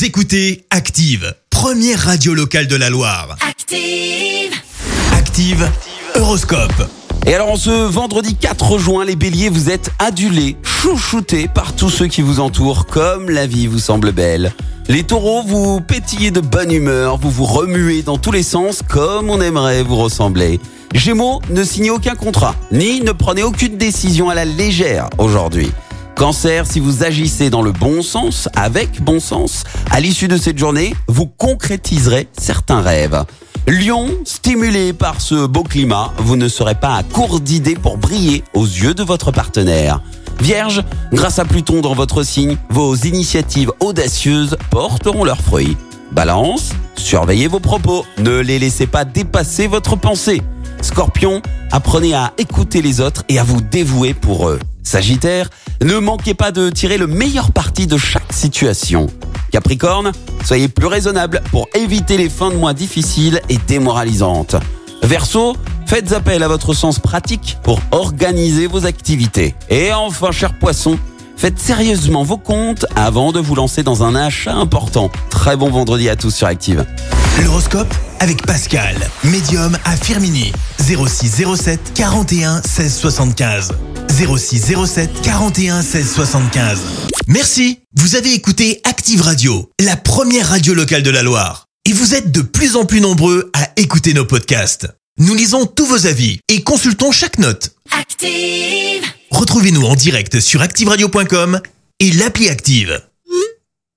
Vous écoutez Active, première radio locale de la Loire. Active. Active Horoscope. Et alors en ce vendredi 4 juin, les béliers, vous êtes adulés, chouchoutés par tous ceux qui vous entourent, comme la vie vous semble belle. Les taureaux, vous pétillez de bonne humeur, vous vous remuez dans tous les sens comme on aimerait vous ressembler. Gémeaux, ne signez aucun contrat, ni ne prenez aucune décision à la légère aujourd'hui. Cancer, si vous agissez dans le bon sens, avec bon sens, à l'issue de cette journée, vous concrétiserez certains rêves. Lion, stimulé par ce beau climat, vous ne serez pas à court d'idées pour briller aux yeux de votre partenaire. Vierge, grâce à Pluton dans votre signe, vos initiatives audacieuses porteront leurs fruits. Balance, surveillez vos propos, ne les laissez pas dépasser votre pensée. Scorpion, apprenez à écouter les autres et à vous dévouer pour eux. Sagittaire, ne manquez pas de tirer le meilleur parti de chaque situation. Capricorne, soyez plus raisonnable pour éviter les fins de mois difficiles et démoralisantes. Verseau, faites appel à votre sens pratique pour organiser vos activités. Et enfin, cher poisson, faites sérieusement vos comptes avant de vous lancer dans un achat important. Très bon vendredi à tous sur Active. L'horoscope avec Pascal, médium à Firminy. 06 07 41 16 75. 06 07 41 16 75. Merci, vous avez écouté Active Radio, la première radio locale de la Loire. Et vous êtes de plus en plus nombreux à écouter nos podcasts. Nous lisons tous vos avis et consultons chaque note. Active. Retrouvez-nous en direct sur activeradio.com et l'appli Active.